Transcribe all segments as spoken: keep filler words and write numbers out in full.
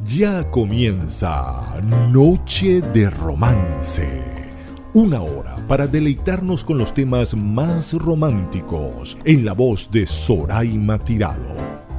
Ya comienza Noche de Romance. Una hora para deleitarnos con los temas más románticos en la voz de Soraima Tirado.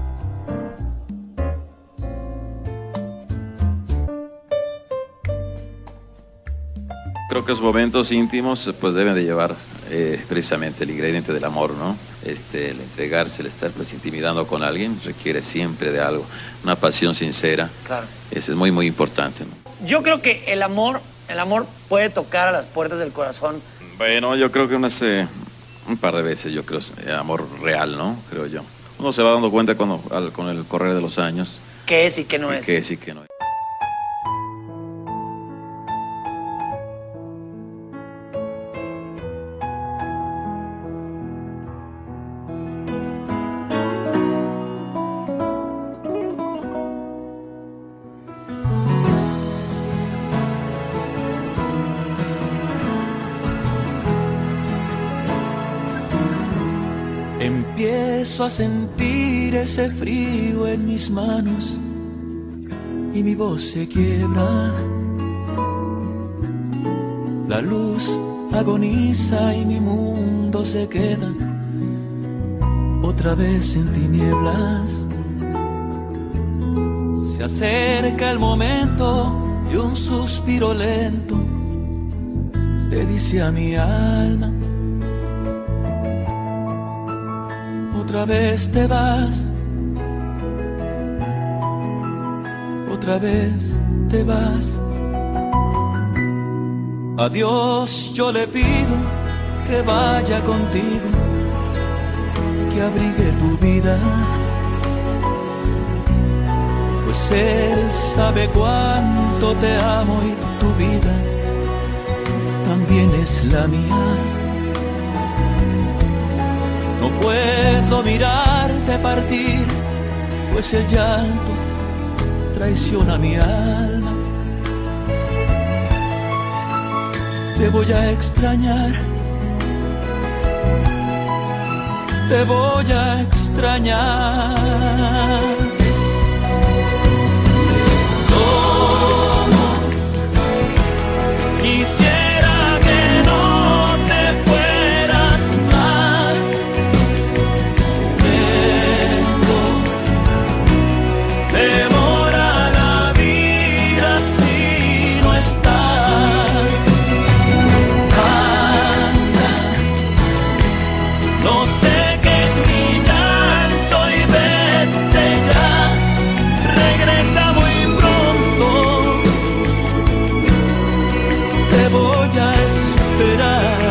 Creo que los momentos íntimos pues deben de llevar eh, precisamente el ingrediente del amor, ¿no? Este, el entregarse, el estar pues intimidando con alguien requiere siempre de algo, una pasión sincera. Claro. Eso es muy muy importante, ¿no? Yo creo que el amor, el amor puede tocar a las puertas del corazón. Bueno, yo creo que unas eh, un par de veces, yo creo, eh, amor real, ¿no? Creo yo. Uno se va dando cuenta cuando, al, con el correr de los años. ¿Qué es y qué no es? ¿Qué es y qué no es? Empiezo a sentir ese frío en mis manos y mi voz se quiebra. La luz agoniza y mi mundo se queda otra vez en tinieblas. Se acerca el momento y un suspiro lento le dice a mi alma: otra vez te vas, otra vez te vas. A Dios yo le pido que vaya contigo, que abrigue tu vida, pues Él sabe cuánto te amo y tu vida también es la mía. No puedo mirarte partir, pues el llanto traiciona mi alma. Te voy a extrañar, te voy a extrañar. ¿Cómo quisiera que no te fueras más? Temor a la vida si no estás. Anda, no sé qué es mi llanto y vete ya. Regresa muy pronto, te voy a esperar.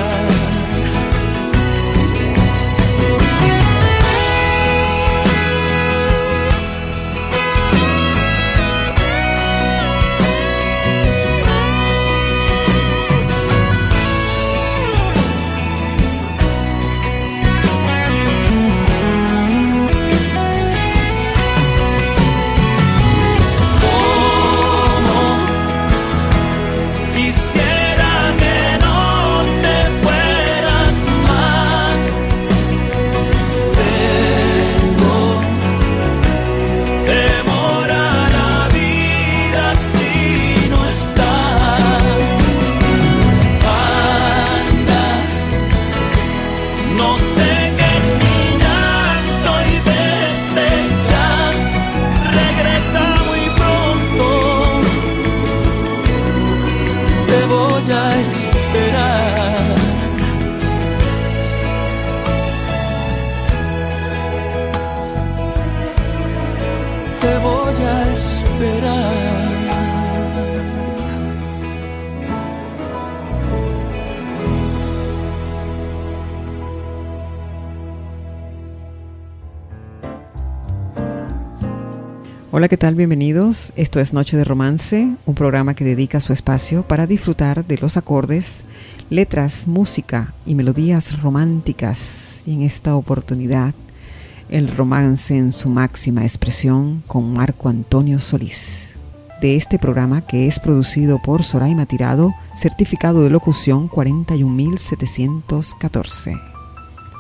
Hola, ¿qué tal? Bienvenidos. Esto es Noche de Romance, un programa que dedica su espacio para disfrutar de los acordes, letras, música y melodías románticas. Y en esta oportunidad, el romance en su máxima expresión con Marco Antonio Solís. De este programa, que es producido por Soraima Tirado, certificado de locución cuarenta y un mil setecientos catorce.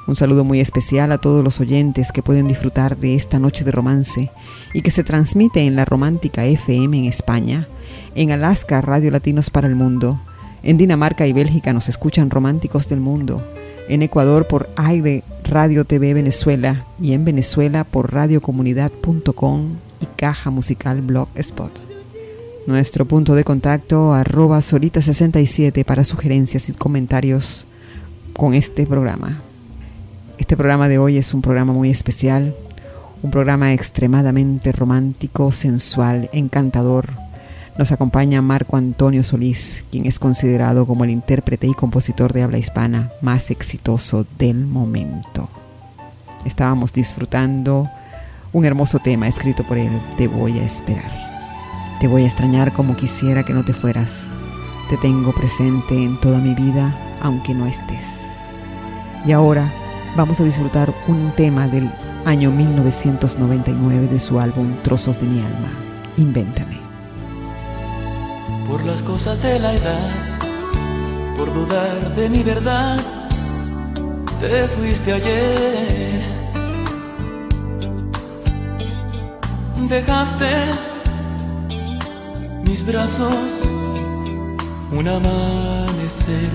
Un saludo muy especial a todos los oyentes que pueden disfrutar de esta noche de romance y que se transmite en la Romántica F M en España, en Alaska Radio Latinos para el Mundo, en Dinamarca y Bélgica nos escuchan Románticos del Mundo, en Ecuador por Aire Radio T V Venezuela y en Venezuela por radiocomunidad punto com y Caja Musical Blogspot. Nuestro punto de contacto arroba solita sesenta y siete para sugerencias y comentarios con este programa. Este programa de hoy es un programa muy especial, un programa extremadamente romántico, sensual, encantador. Nos acompaña Marco Antonio Solís, quien es considerado como el intérprete y compositor de habla hispana más exitoso del momento. Estábamos disfrutando un hermoso tema escrito por él, Te voy a esperar. Te voy a extrañar como quisiera que no te fueras. Te tengo presente en toda mi vida, aunque no estés. Y ahora vamos a disfrutar un tema del año mil novecientos noventa y nueve de su álbum Trozos de mi alma, Invéntame. Por las cosas de la edad, por dudar de mi verdad, te fuiste ayer. Dejaste mis brazos un amanecer.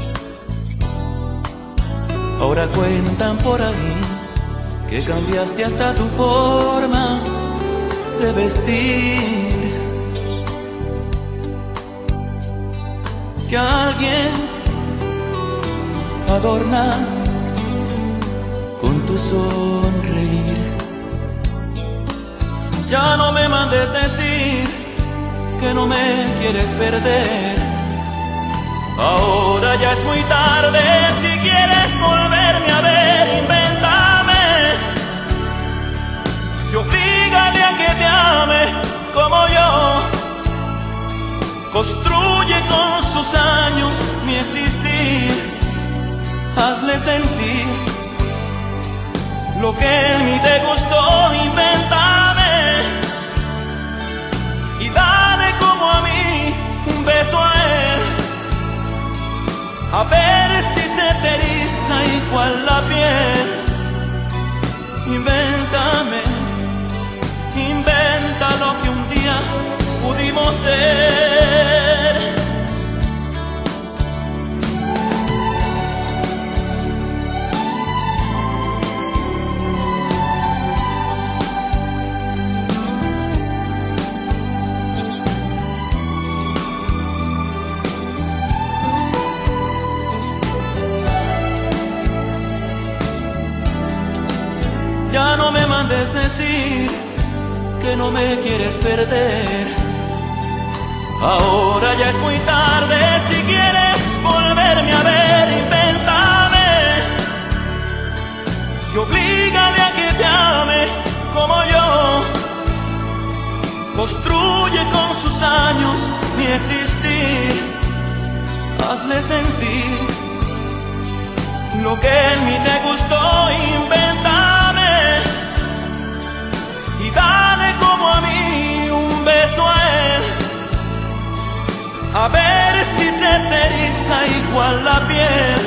Ahora cuentan por ahí que cambiaste hasta tu forma de vestir, que a alguien adornas con tu sonreír. Ya no me mandes decir que no me quieres perder. Ahora ya es muy tarde, si quieres volverme a ver, invéntame. Y obrígale a que te ame como yo. Construye con sus años mi existir. Hazle sentir lo que en mí te gustó, invéntame. Y dale como a mí un beso a él. A ver si se te eriza igual la piel. Invéntame, inventa lo que un día pudimos ser. Ya no me mandes decir que no me quieres perder. Ahora ya es muy tarde, si quieres volverme a ver, invéntame. Y oblígale a que te ame como yo. Construye con sus años mi existir. Hazle sentir lo que en mí te gustó, invéntame. Y dale como a mí un beso a él. A ver si se te eriza igual la piel.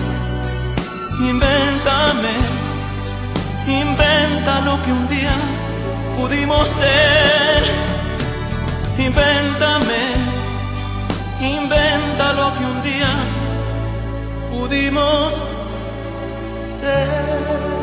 Invéntame, inventa lo que un día pudimos ser. Invéntame, inventa lo que un día pudimos ser.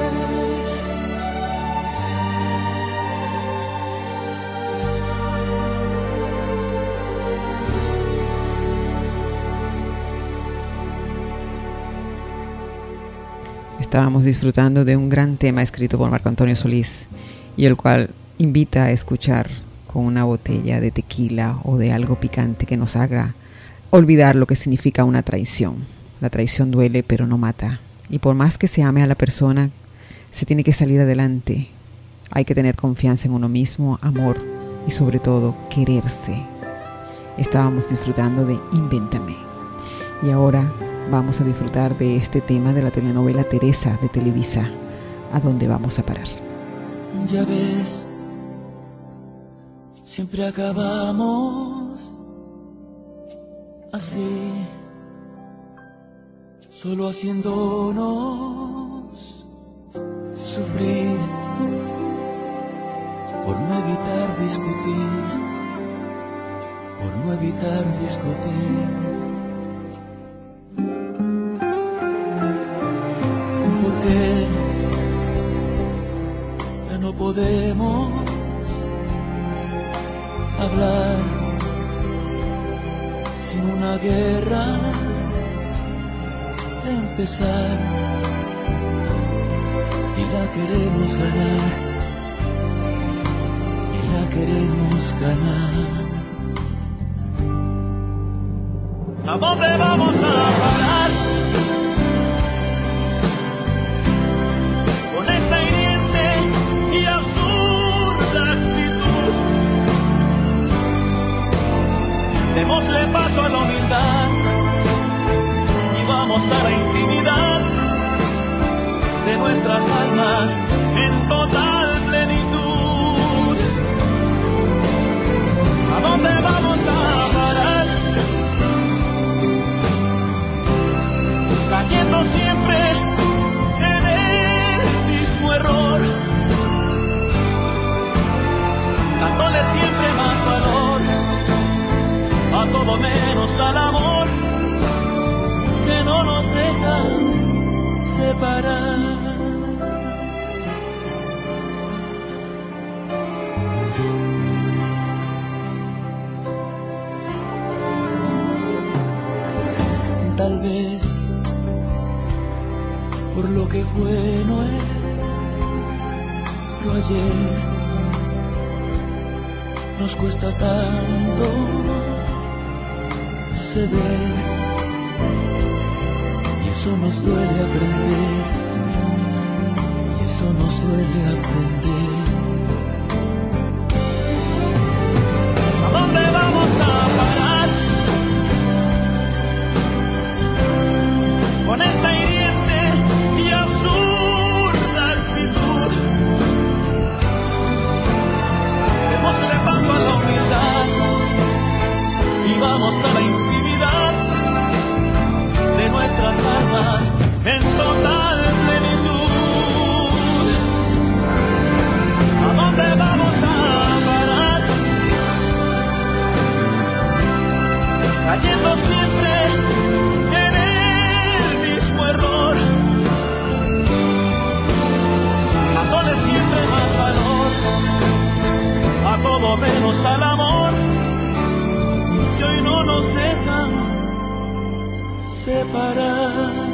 Estábamos disfrutando de un gran tema escrito por Marco Antonio Solís y el cual invita a escuchar con una botella de tequila o de algo picante que nos haga olvidar lo que significa una traición. La traición duele pero no mata, y por más que se ame a la persona, se tiene que salir adelante. Hay que tener confianza en uno mismo, amor y sobre todo quererse. Estábamos disfrutando de Invéntame y ahora vamos a disfrutar de este tema de la telenovela Teresa de Televisa, ¿A dónde vamos a parar? Ya ves, siempre acabamos así, solo haciéndonos sufrir por no evitar discutir, por no evitar discutir. ¿Por qué ya no podemos hablar sin una guerra empezar? Y la queremos ganar, y la queremos ganar. ¿A dónde vamos a parar? Con esta hiriente y absurda actitud. Démosle paso a la humildad y vamos a la intimidad de nuestras almas en total plenitud. ¿A dónde vamos a parar? Cayendo siempre en el mismo error, dándole siempre más valor a todo menos al amor que no nos deja separar. Tal vez por lo que fue nuestro ayer nos cuesta tanto ceder, y eso nos duele aprender, y eso nos duele aprender. ¿A dónde vamos a parar? Con esta hiriente y absurda actitud. Démosle paso a la humildad y vamos a la intimidad de nuestras almas en total plenitud. ¿A dónde vamos a parar? Cayendo siempre en el mismo error, dándole siempre más valor a todo menos al amor que hoy no nos deja separar.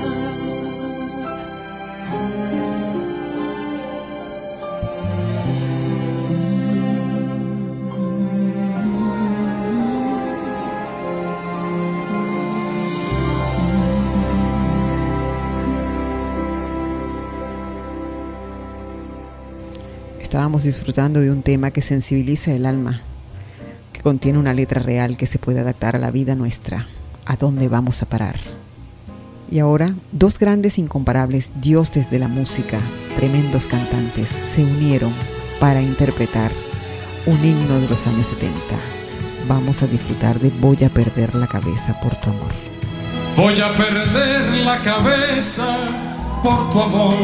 Estábamos disfrutando de un tema que sensibiliza el alma, que contiene una letra real que se puede adaptar a la vida nuestra. ¿A dónde vamos a parar? Y ahora, dos grandes incomparables dioses de la música, tremendos cantantes, se unieron para interpretar un himno de los años setenta. Vamos a disfrutar de Voy a perder la cabeza por tu amor. Voy a perder la cabeza por tu amor,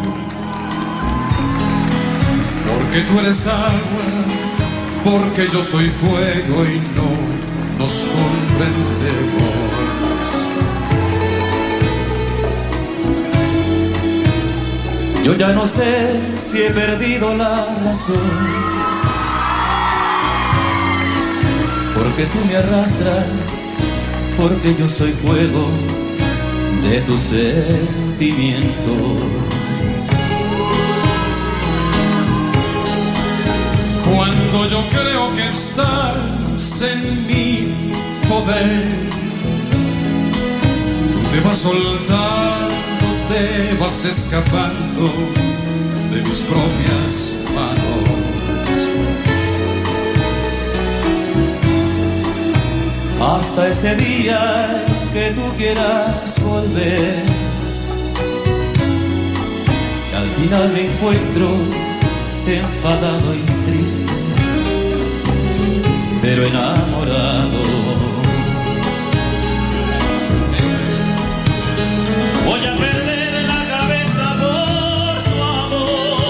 porque tú eres agua, porque yo soy fuego y no nos comprendemos. Yo ya no sé si he perdido la razón, porque tú me arrastras, porque yo soy fuego de tus sentimientos. Cuando yo creo que estás en mi poder, tú te vas soltando, te vas escapando de mis propias manos. Hasta ese día que tú quieras volver, que al final me encuentro enfadado y triste, pero enamorado. Voy a perder la cabeza por tu amor,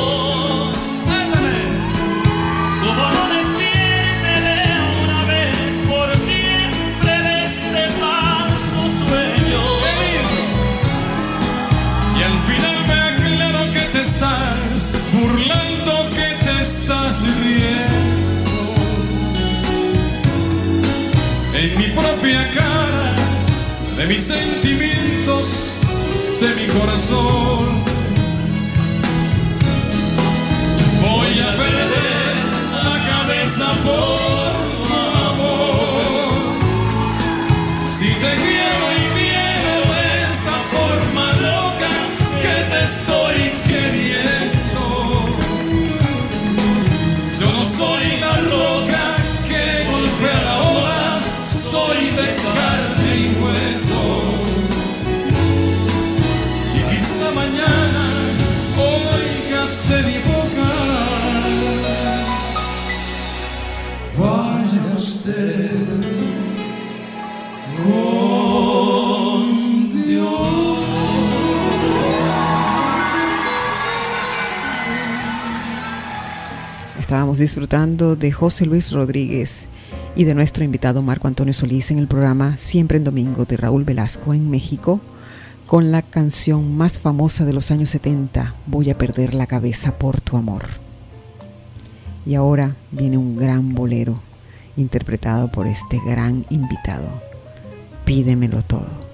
en mi propia cara, de mis sentimientos, de mi corazón. Voy a perder la cabeza por tu amor. Si te quiero y quiero de esta forma loca que te estoy queriendo. Yo no soy la roca que golpea la ola, soy de carne y hueso. Y quizá mañana oigas de mi boca: vaya usted con Dios. Estábamos disfrutando de José Luis Rodríguez y de nuestro invitado Marco Antonio Solís en el programa Siempre en Domingo de Raúl Velasco en México, con la canción más famosa de los años setenta, Voy a perder la cabeza por tu amor. Y ahora viene un gran bolero interpretado por este gran invitado, Pídemelo Todo.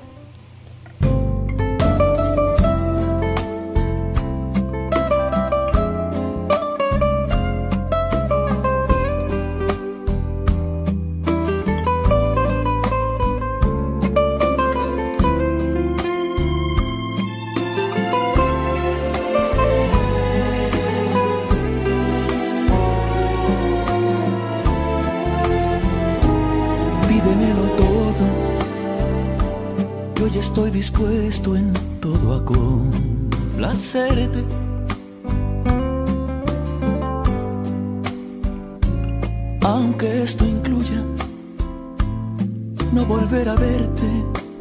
Estoy dispuesto en todo a complacerte. Aunque esto incluya no volver a verte,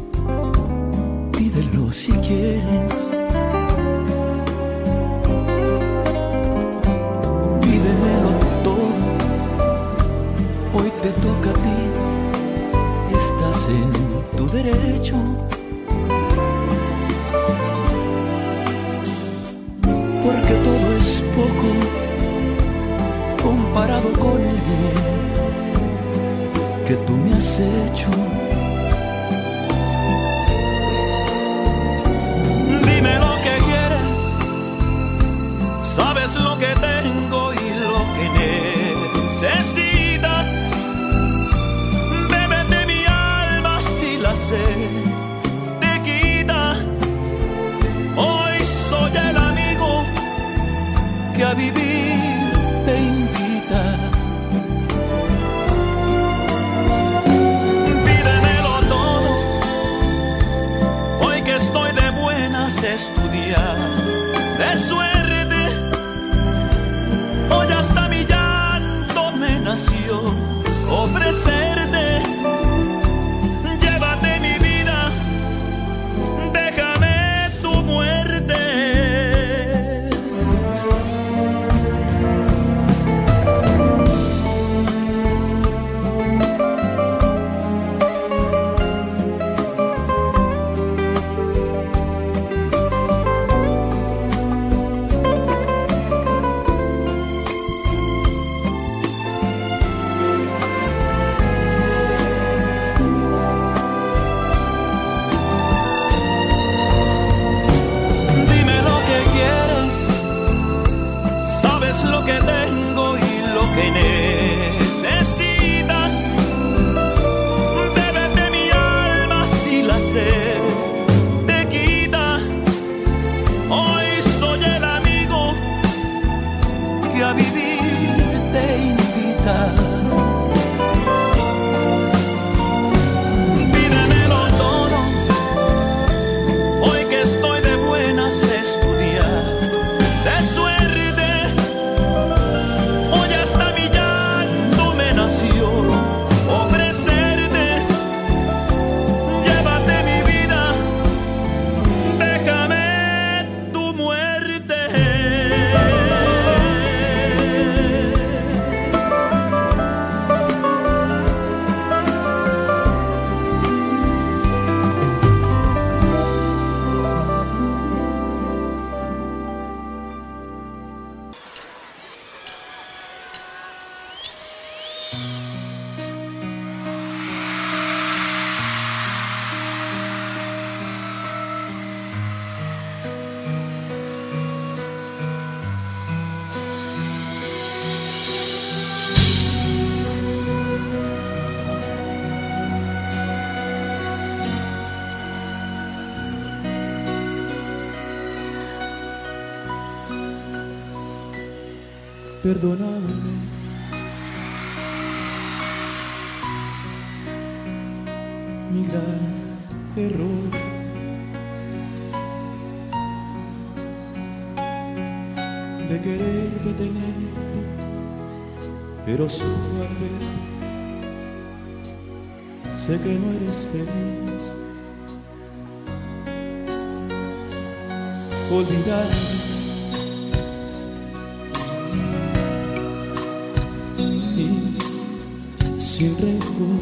pídelo si quieres. Pídemelo todo, hoy te toca a ti y estás en tu derecho. Porque todo es poco comparado con el bien que tú me has hecho. Dime lo que quieres, sabes lo que tengo y lo que necesitas. Bebe de mi alma si la sed te quita. Hoy soy el amigo que a vivir te invita. Pídemelo todo, hoy que estoy de buenas estudiar, de suerte, hoy hasta mi llanto me nació ofrecerte. Llévate mi vida, déjame tu muerte. Lo que tengo y lo que necesitas. Bebe de mi alma si la sed te quita. Hoy soy el amigo que a vivir te invita. Pídemelo todo, hoy que estoy de buenas estudiar, de suerte. Ofrecerte, llévate mi vida, déjame tu muerte. perdóname. Mi gran error. De quererte, tenerte, pero sufro al verte. Sé que no eres feliz. Olvidarme y sin rencor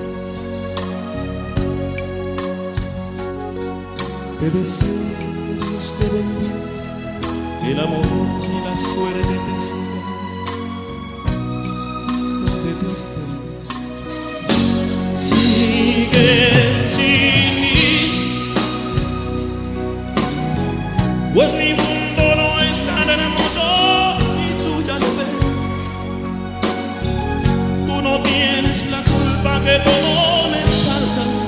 te deseo que Dios te bendiga, que el amor y la suerte te sigan donde tú estés. Sigue sin mí, pues mi mundo no es tan hermoso y tú ya lo ves. Tú no tienes la culpa que todo me salga al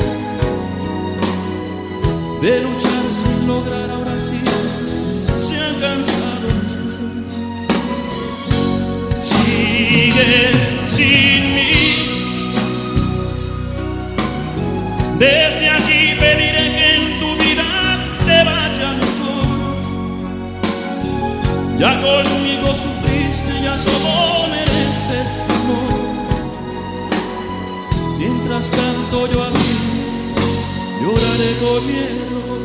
revés. De luchar sin lograr, ahora sí se han cansado mis manos. Sigue sin mí. Desde aquí pediré que en tu vida te vaya mejor. Ya conmigo sufriste, ya solo mereces amor. Mientras tanto yo a ti lloraré con mi error.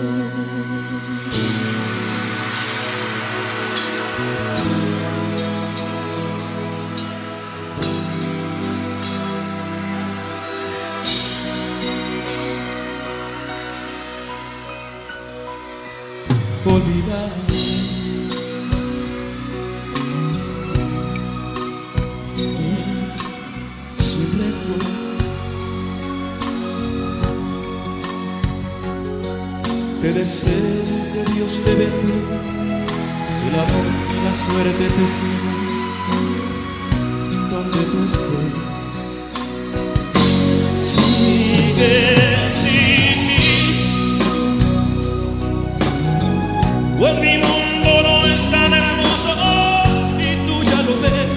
Olvidar sin recuerdo. Te deseo que Dios te bendiga, que el amor y la suerte te sigan donde tú estés. Sigue sin mí, pues mi mundo no es tan hermoso y tú ya lo ves.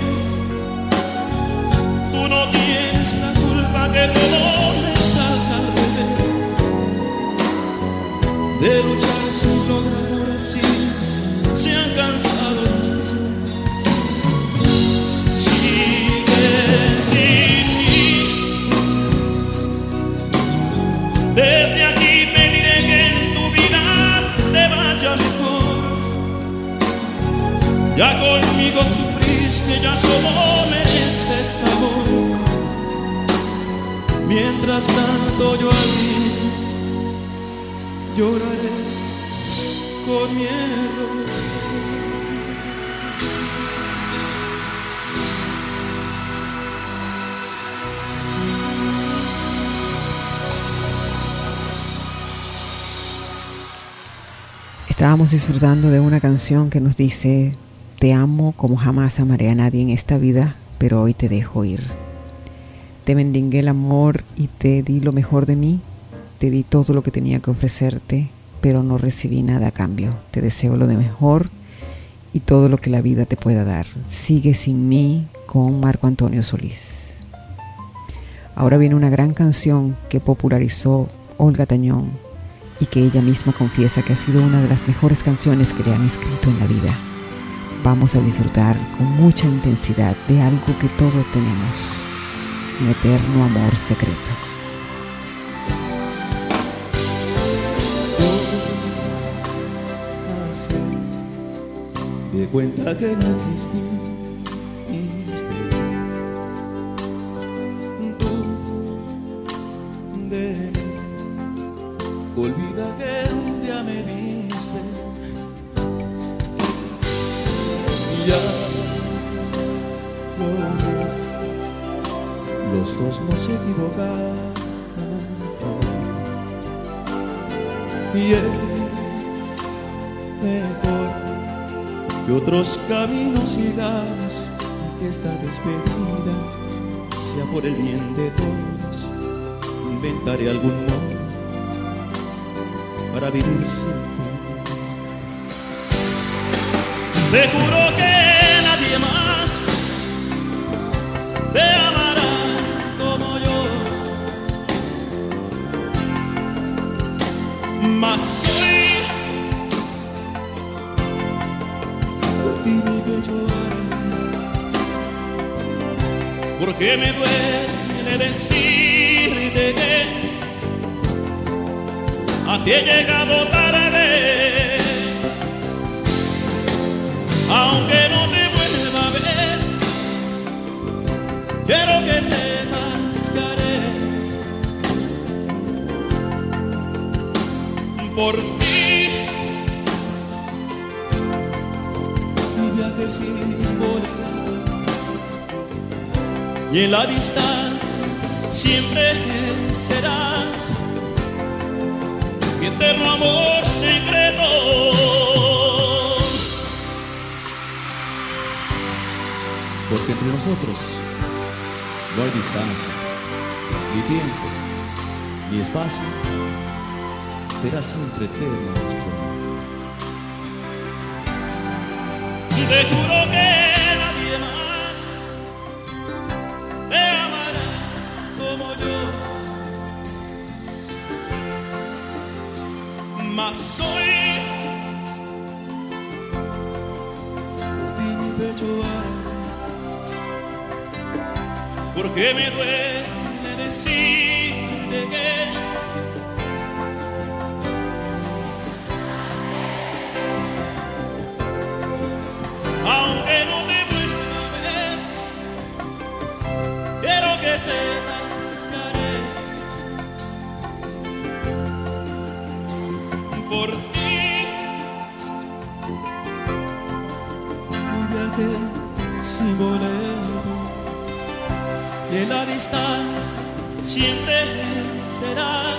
Tú no tienes la culpa que todo me salga al revés. De luchar sin lograr, ahora sí se han cansado los pies. Sigue sin mí. Desde aquí pediré que en tu vida te vaya mejor. Ya conmigo sufriste, ya solo mereces amor. Mientras tanto yo a ti lloraré con mi error. Estábamos disfrutando de una canción que nos dice: te amo como jamás amaré a nadie en esta vida, pero hoy te dejo ir. Te mendigue el amor y te di lo mejor de mí. Te di todo lo que tenía que ofrecerte, pero no recibí nada a cambio. Te deseo lo de mejor y todo lo que la vida te pueda dar. Sigue sin mí, con Marco Antonio Solís. Ahora viene una gran canción que popularizó Olga Tañón y que ella misma confiesa que ha sido una de las mejores canciones que le han escrito en la vida. Vamos a disfrutar con mucha intensidad de algo que todos tenemos, un eterno amor secreto. De cuenta que no exististe. Tú de mí, olvida que un día me viste. Ya lo ves, los dos nos equivocamos. Y es mejor que otros caminos sigamos, que esta despedida sea por el bien de todos. Inventaré algún modo para vivir sin ti. Te juro que nadie porque me duele decirte que a ti he llegado tarde, aunque no te vuelva a ver, quiero que sepas que haré por ti mi viaje sin boleto, y en la distancia siempre serás mi eterno amor secreto. Porque entre nosotros no hay distancia, ni tiempo, ni espacio. Será siempre eterno nuestro amor. Te juro que nadie más te amará como yo. Mas soy mi pecho arde, porque me duele decirte que aunque no te vuelva a ver, quiero que sepas que haré por ti un viaje sin boleto, y en la distancia siempre serás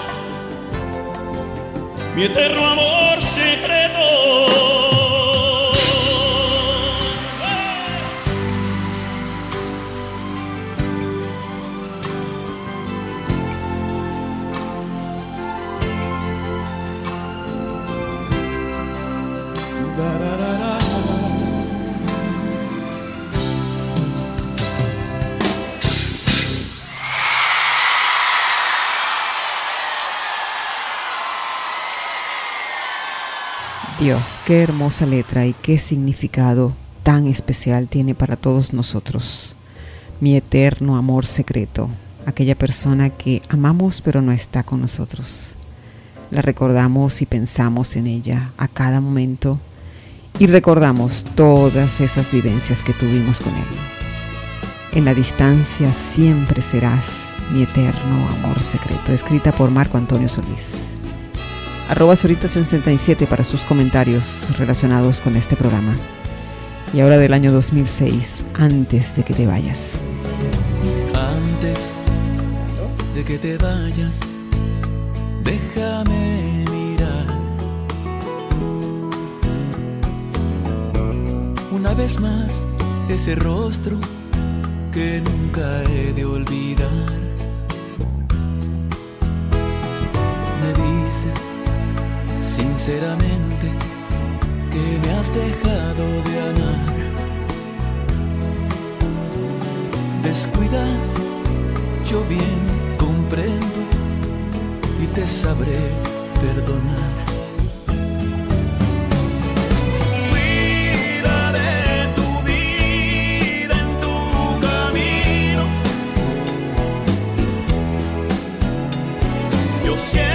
mi eterno amor secreto. Dios, qué hermosa letra y qué significado tan especial tiene para todos nosotros. Mi eterno amor secreto, aquella persona que amamos pero no está con nosotros. La recordamos y pensamos en ella a cada momento y recordamos todas esas vivencias que tuvimos con él. En la distancia siempre serás mi eterno amor secreto, escrita por Marco Antonio Solís. Arroba Sorita sesenta y siete para sus comentarios relacionados con este programa. Y ahora del año dos mil seis, antes de que te vayas. Antes de que te vayas, déjame mirar una vez más ese rostro que nunca he de olvidar. Me dices sinceramente que me has dejado de amar. Descuida, yo bien comprendo y te sabré perdonar. Cuida de tu vida en tu camino. Yo siempre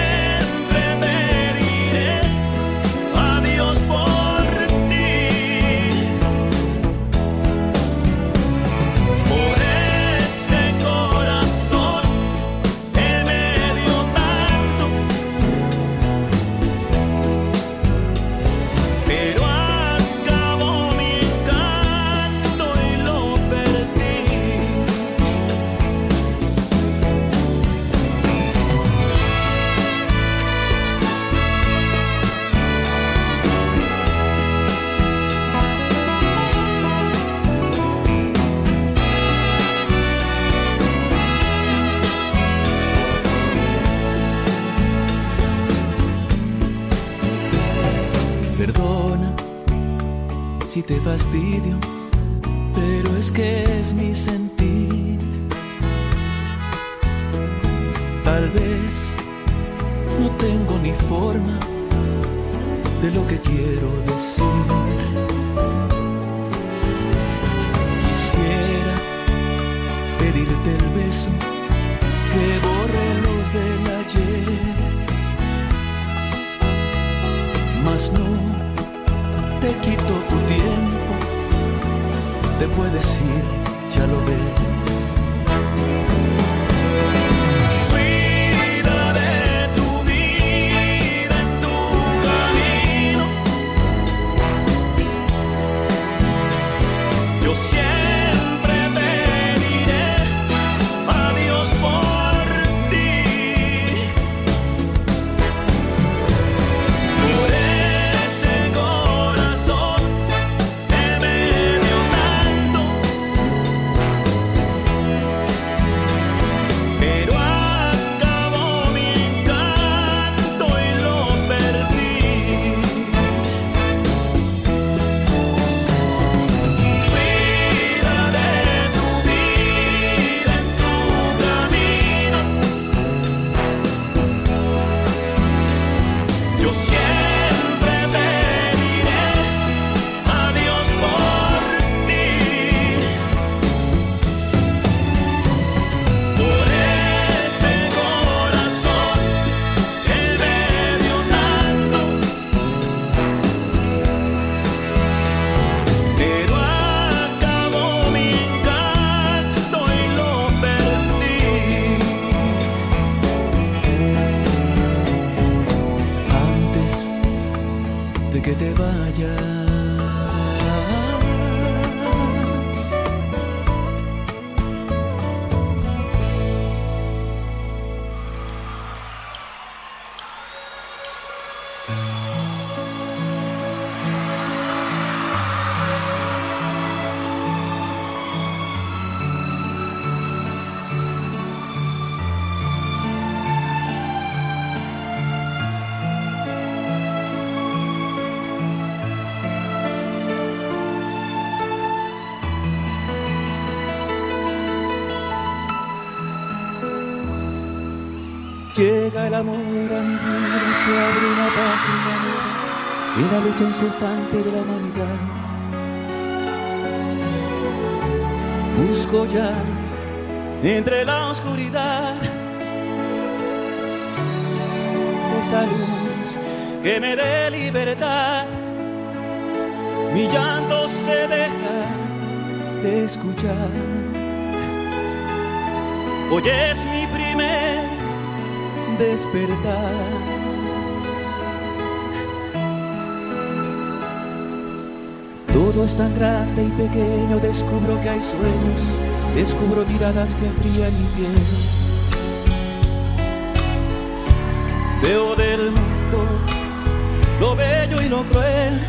si te fastidio, pero es que es mi sentir. Tal vez no tengo ni forma de lo que quiero decir. Quisiera pedir te puedes ir, ya lo ves. Cuida de tu vida en tu camino. Yo siempre pediré a Dios por ti. Por ese corazón que me dio tanto, pero acabó mi encanto y lo perdí. Cuida de tu vida en tu camino. Yo siempre pediré a Dios por ti. Por ese corazón que me dio tanto, pero acabó mi encanto y lo perdí. Antes de que te vayas, llega el amor a mi vida y se abre una página nueva en la lucha incesante de la humanidad. Busco ya entre la oscuridad esa luz que me dé libertad. Mi llanto se deja de escuchar. Hoy es mi primer despertar. Todo es tan grande y pequeño, descubro que hay sueños, descubro miradas que enfrían mi piel. Veo del mundo lo bello y lo cruel.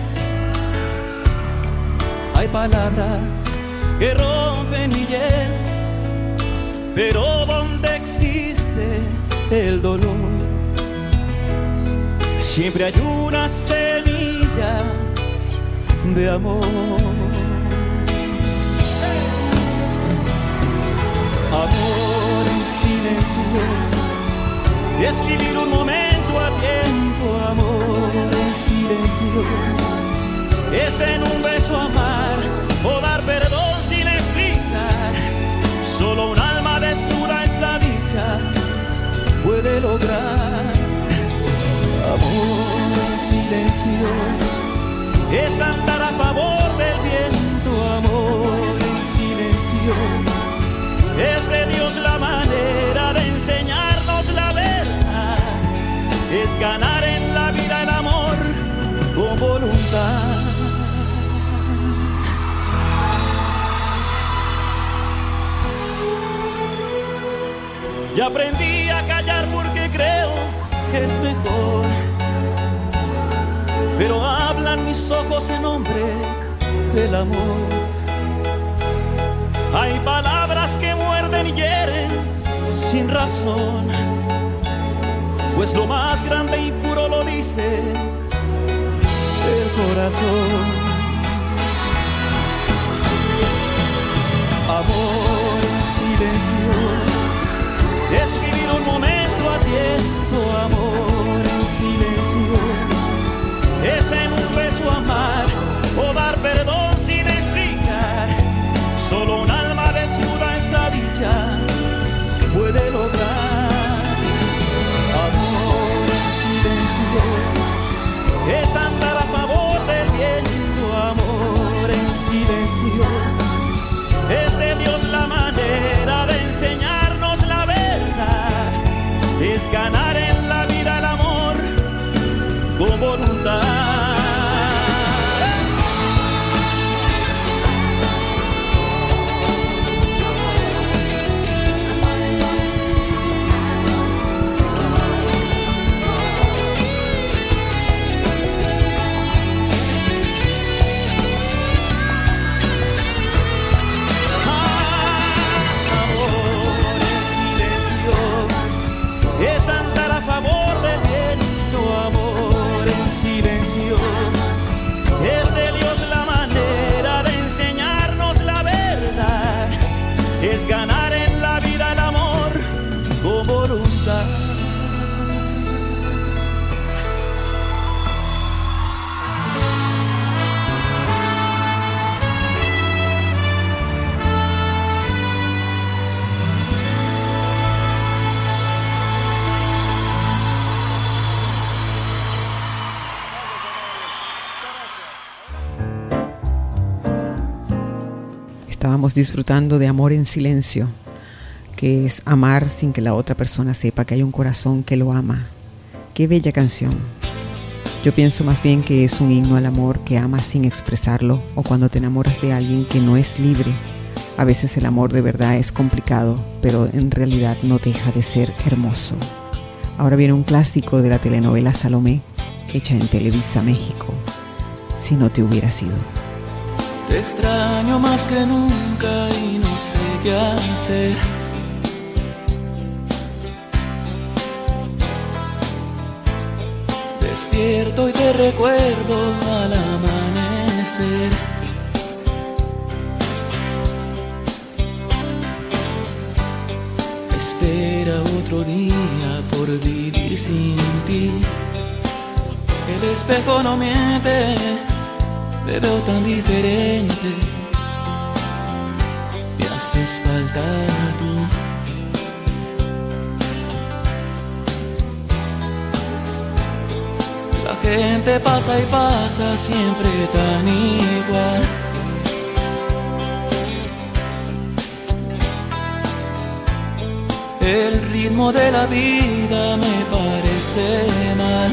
Hay palabras que rompen mi hiel, pero donde existe el dolor, siempre hay una semilla de amor. Amor en silencio es vivir un momento a tiempo. Amor en silencio es en un beso amar o dar perdón sin explicar. Solo un alma desnuda esa dicha puede lograr. Amor en silencio es andar a favor del viento. Amor en silencio es de Dios la manera de enseñarnos la verdad. Es ganar en la vida el amor con voluntad. Y aprendí a callar porque creo que es mejor, pero hablan mis ojos en nombre del amor. Hay palabras que muerden y hieren sin razón, pues lo más grande y puro lo dice el corazón. Amor en silencio es vivir un momento a tiempo. Amor en silencio es en un beso amar o dar perdón sin explicar. Solo un alma desnuda esa dicha puede lograr. Amor en silencio es andar a favor del viento. Estábamos disfrutando de Amor en Silencio, que es amar sin que la otra persona sepa que hay un corazón que lo ama. Qué bella canción. Yo pienso más bien que es un himno al amor que amas sin expresarlo, o cuando te enamoras de alguien que no es libre. A veces el amor de verdad es complicado, pero en realidad no deja de ser hermoso. Ahora viene un clásico de la telenovela Salomé, hecha en Televisa México, Si no te hubiera sido. Te extraño más que nunca y no sé qué hacer. Despierto y te recuerdo al amanecer. Espera otro día por vivir sin ti. El espejo no miente, me veo tan diferente. Me haces falta tú. La gente pasa y pasa siempre tan igual. El ritmo de la vida me parece mal.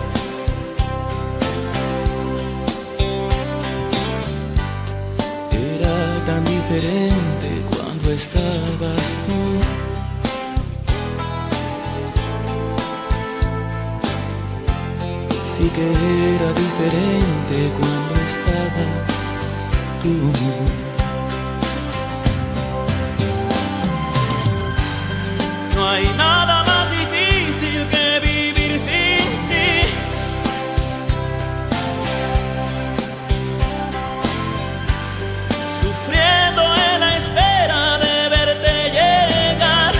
Era tan diferente cuando estabas tú. Sí que era diferente cuando estabas tú. No hay nada más difícil que vivir sin ti. Sufriendo en la espera de verte llegar.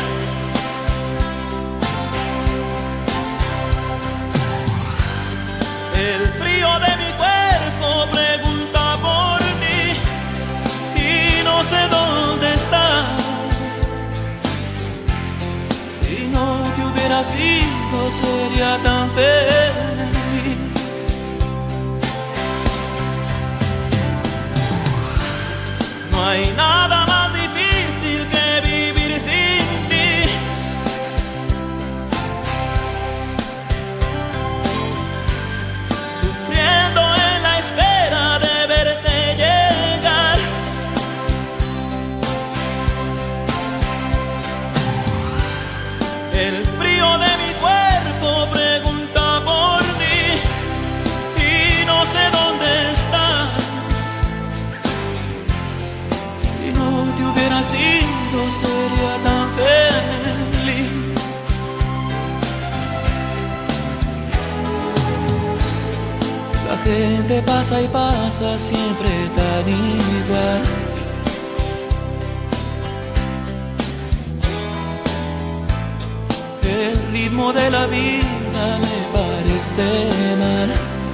El frío de mi cuerpo pregunta por ti y no sé dónde estás. Si no te hubiera sido sería tan feliz. No hay nada más difícil que vivir sin ti. Sufriendo en la espera de verte llegar. El frío de mi cuerpo pregunta por ti y no sé dónde estás. Si no te hubiera sido sería tan feliz. La gente pasa y pasa siempre tan igual. El ritmo de la vida me parece mal.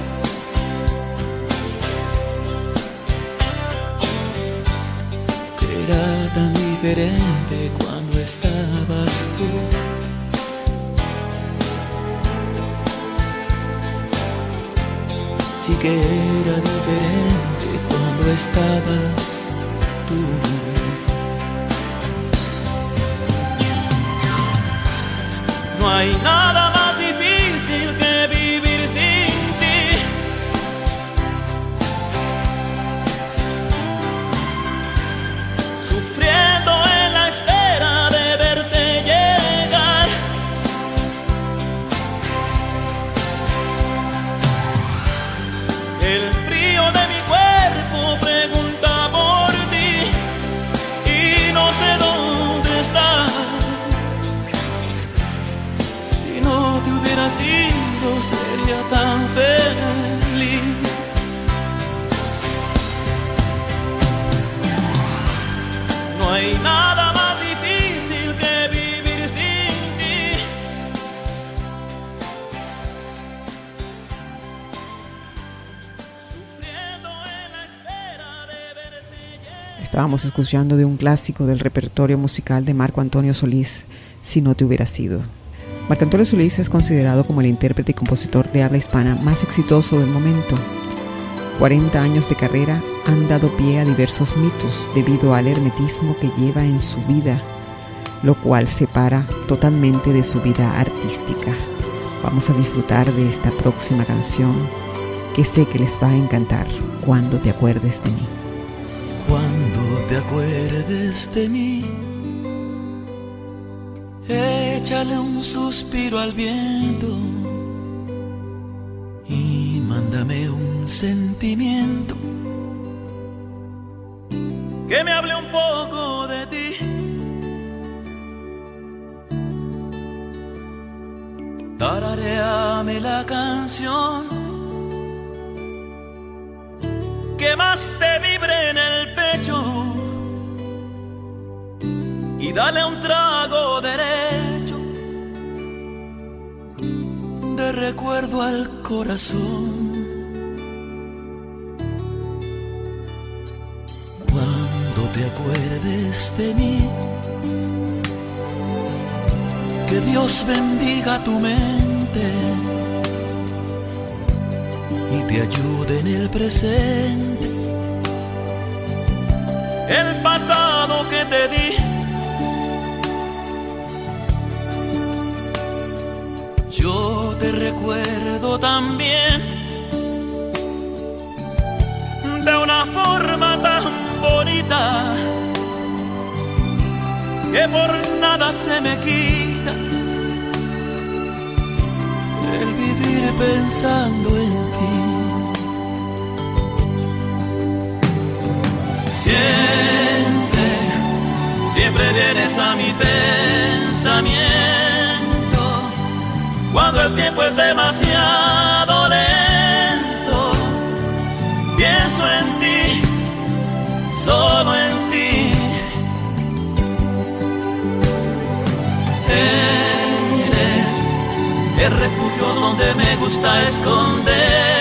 Era tan diferente cuando estabas tú. Sí que era diferente cuando estabas tú. No hay nada más difícil que vivir sin ti. Sufriendo en la espera de verte llegar. El frío de mi cuerpo pregunta por ti y no sé dónde estás. Si no te hubiera sido sería tan feliz. No hay nada más difícil que vivir sin ti. Sufriendo en la espera de verte llegar. Estábamos escuchando de un clásico del repertorio musical de Marco Antonio Solís, Si no te hubiera sido. Marco Antonio Solís es considerado como el intérprete y compositor de habla hispana más exitoso del momento. cuarenta años de carrera han dado pie a diversos mitos debido al hermetismo que lleva en su vida, lo cual separa totalmente de su vida artística. Vamos a disfrutar de esta próxima canción que sé que les va a encantar, Cuando te acuerdes de mí. Cuando te acuerdes de mí, échale un suspiro al viento y mándame un sentimiento que me hable un poco de ti. Tararéame la canción que más te vibre en el pecho y dale un trago derecho de recuerdo al corazón. Cuando te acuerdes de mí, que Dios bendiga tu mente y te ayude en el presente. El pasado que te di, yo te recuerdo también de una forma tan bonita que por nada se me quita el vivir pensando en ti. Siempre, siempre vienes a mi pensamiento cuando el tiempo es demasiado lento. Pienso en ti, solo en ti. Eres el refugio donde me gusta esconderme,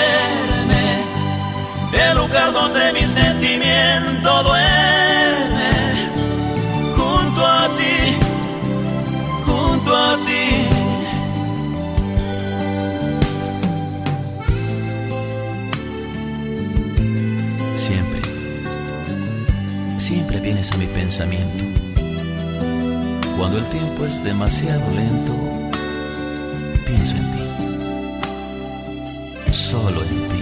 el lugar donde mi sentimiento duerme, junto a ti, junto a ti. Siempre, siempre vienes a mi pensamiento cuando el tiempo es demasiado lento. Pienso en ti, solo en ti.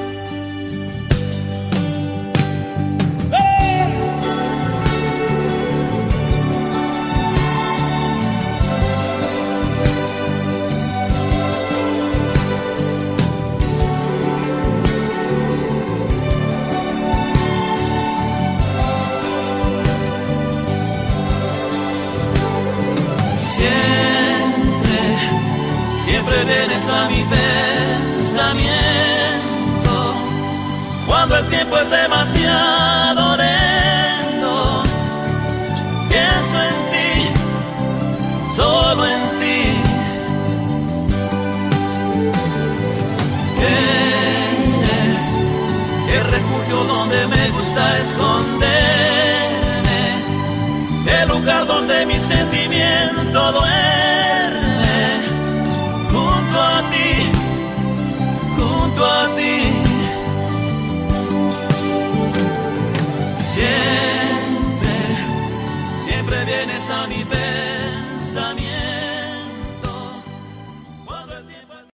Vienes a mi pensamiento cuando el tiempo es demasiado lento. Pienso en ti, solo en ti. Eres el refugio donde me gusta esconderme, el lugar donde mi sentimiento duerme. Junto a ti, junto a ti. Siempre, siempre vienes a mi pensamiento cuando el tiempo es...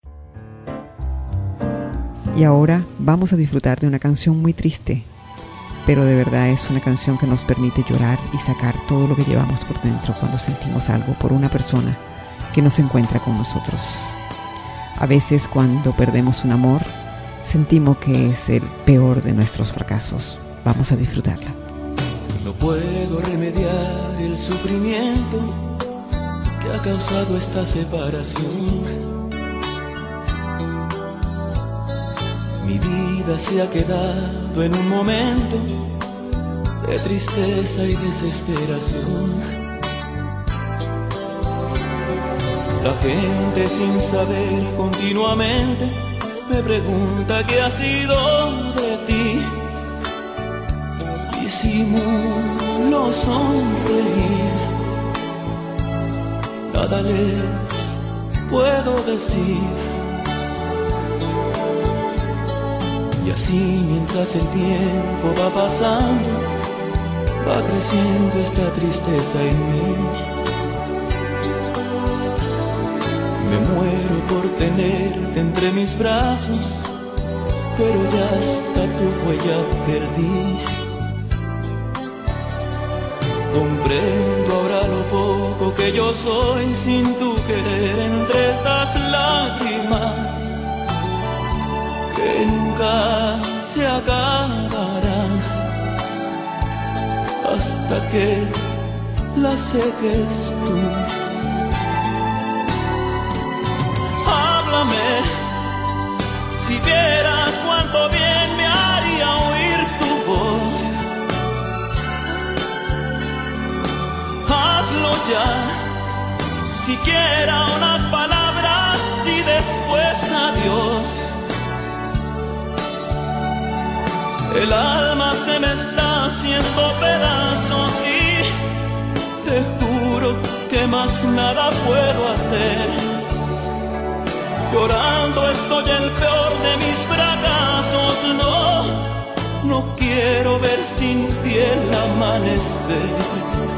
Y ahora vamos a disfrutar de una canción muy triste, pero de verdad es una canción que nos permite llorar y sacar todo lo que llevamos por dentro cuando sentimos algo por una persona que no se encuentra con nosotros. A veces cuando perdemos un amor, sentimos que es el peor de nuestros fracasos. Vamos a disfrutarla. No puedo remediar el sufrimiento que ha causado esta separación. Mi vida se ha quedado en un momento de tristeza y desesperación. La gente sin saber continuamente me pregunta qué ha sido de ti. Disimulo sonreír, nada les puedo decir. Y así mientras el tiempo va pasando, va creciendo esta tristeza en mí. Me muero por tenerte entre mis brazos, pero ya hasta tu huella perdí. Comprendo ahora lo poco que yo soy sin tu querer entre estas lágrimas que nunca se acabarán hasta que las seques tú. Háblame, si vieras cuánto bien me haría oír tu voz. Hazlo ya, siquiera unas palabras y después adiós. El alma se me está haciendo pedazos y te juro que más nada puedo hacer. Llorando estoy el peor de mis fracasos. No, no quiero ver sin ti el amanecer.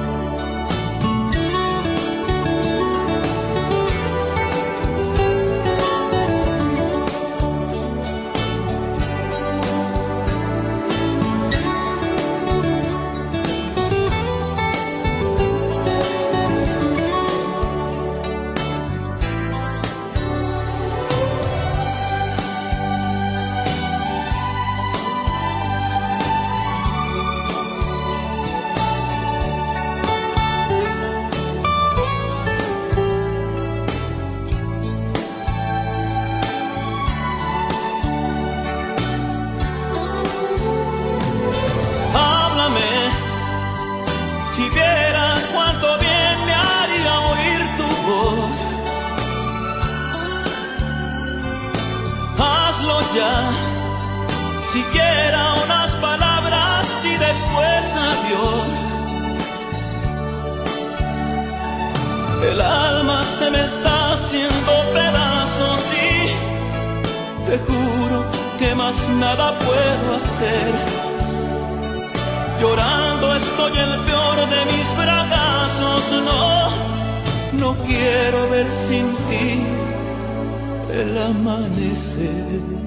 Siquiera unas palabras y después adiós. El alma se me está haciendo pedazos y te juro que más nada puedo hacer. Llorando estoy el peor de mis fracasos. No, no quiero ver sin ti el amanecer.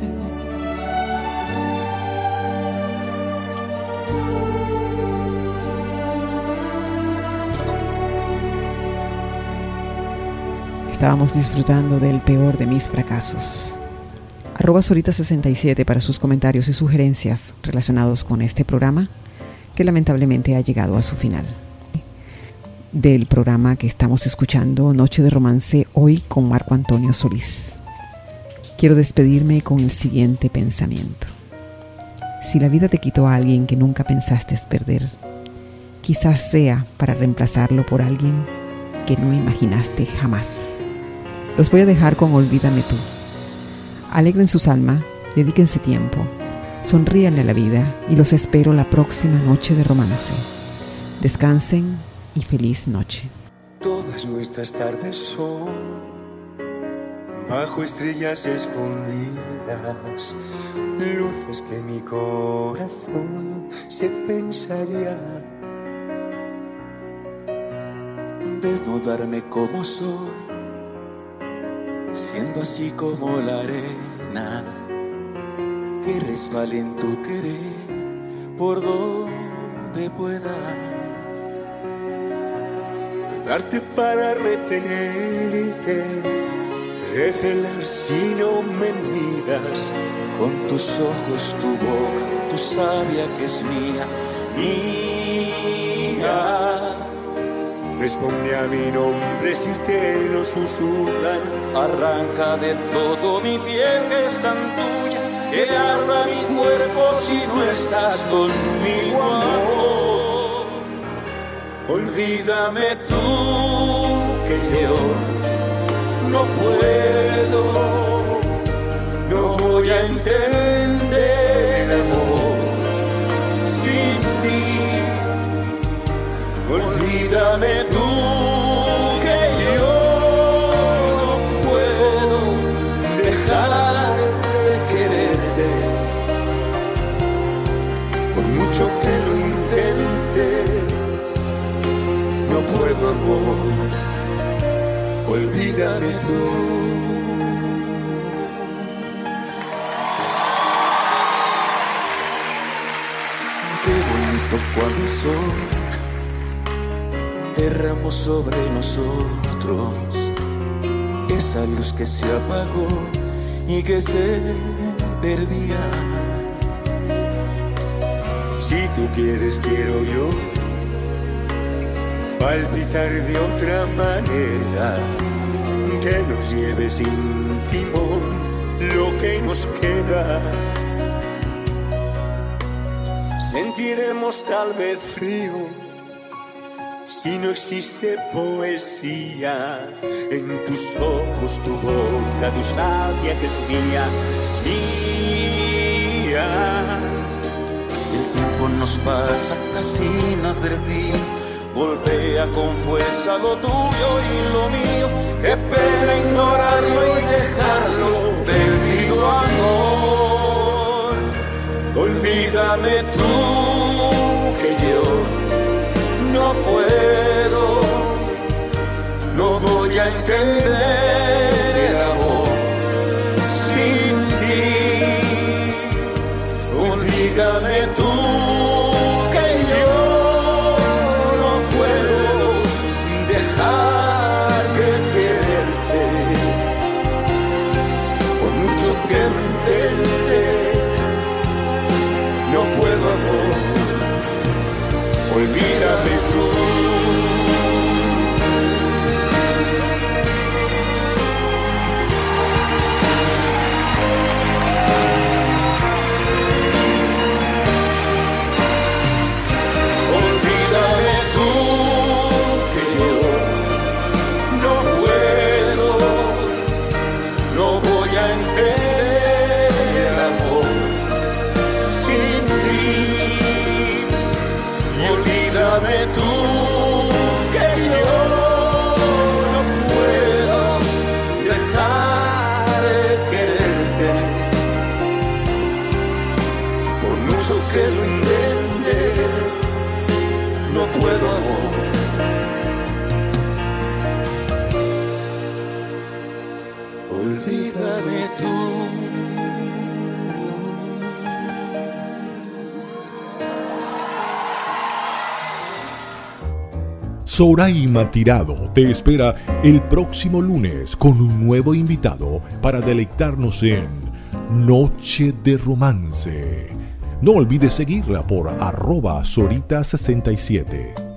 Estábamos disfrutando del peor de mis fracasos. Arroba Sorita sesenta y siete para sus comentarios y sugerencias relacionados con este programa, que lamentablemente ha llegado a su final. Del programa que estamos escuchando, Noche de Romance, hoy con Marco Antonio Solís. Quiero despedirme con el siguiente pensamiento. Si la vida te quitó a alguien que nunca pensaste perder, quizás sea para reemplazarlo por alguien que no imaginaste jamás. Los voy a dejar con Olvídame tú. Alegren sus almas, dedíquense tiempo, sonríanle a la vida y los espero la próxima Noche de Romance. Descansen y feliz noche. Todas nuestras tardes son bajo estrellas escondidas, luces que mi corazón se pensaría. Desnudarme como soy, siendo así como la arena que resbale en tu querer por donde pueda. Darte para retenerte, recelar si no me miras. Con tus ojos, tu boca, tu savia que es mía, mía. Responde a mi nombre si te lo susurran. Arranca de todo mi piel que es tan tuya, que arda mi cuerpo si no estás conmigo, amor. Olvídame tú, que yo no puedo, no voy a entender amor sin ti. Olvídame tú, que yo no puedo dejar de quererte. amor, olvídame tú. Qué bonito cuando el sol derramó sobre nosotros esa luz que se apagó y que se perdía. Si tú quieres, quiero yo palpitar de otra manera, que nos lleve sin timón lo que nos queda. Sentiremos tal vez frío si no existe poesía en tus ojos, tu boca, tu sabia que es mía, mía. El tiempo nos pasa casi inadvertido. Golpea con fuerza lo tuyo y lo mío. Qué pena ignorarlo y dejarlo perdido, amor. Olvídame tú, que yo no puedo, no voy a entender el amor sin ti. Olvídame tú, que yo no puedo dejar de quererte, por mucho que lo intente, no puedo, amor. Olvídame tú. Olvídame tú, que yo no puedo, no voy a entender el amor sin ti. Olvídame tú, que yo no puedo dejar de quererte, por mucho que lo intente, no puedo, amor. Olvídame tú. Soraima Tirado te espera el próximo lunes con un nuevo invitado para deleitarnos en Noche de Romance. No olvides seguirla por arroba Sorita sesenta y siete.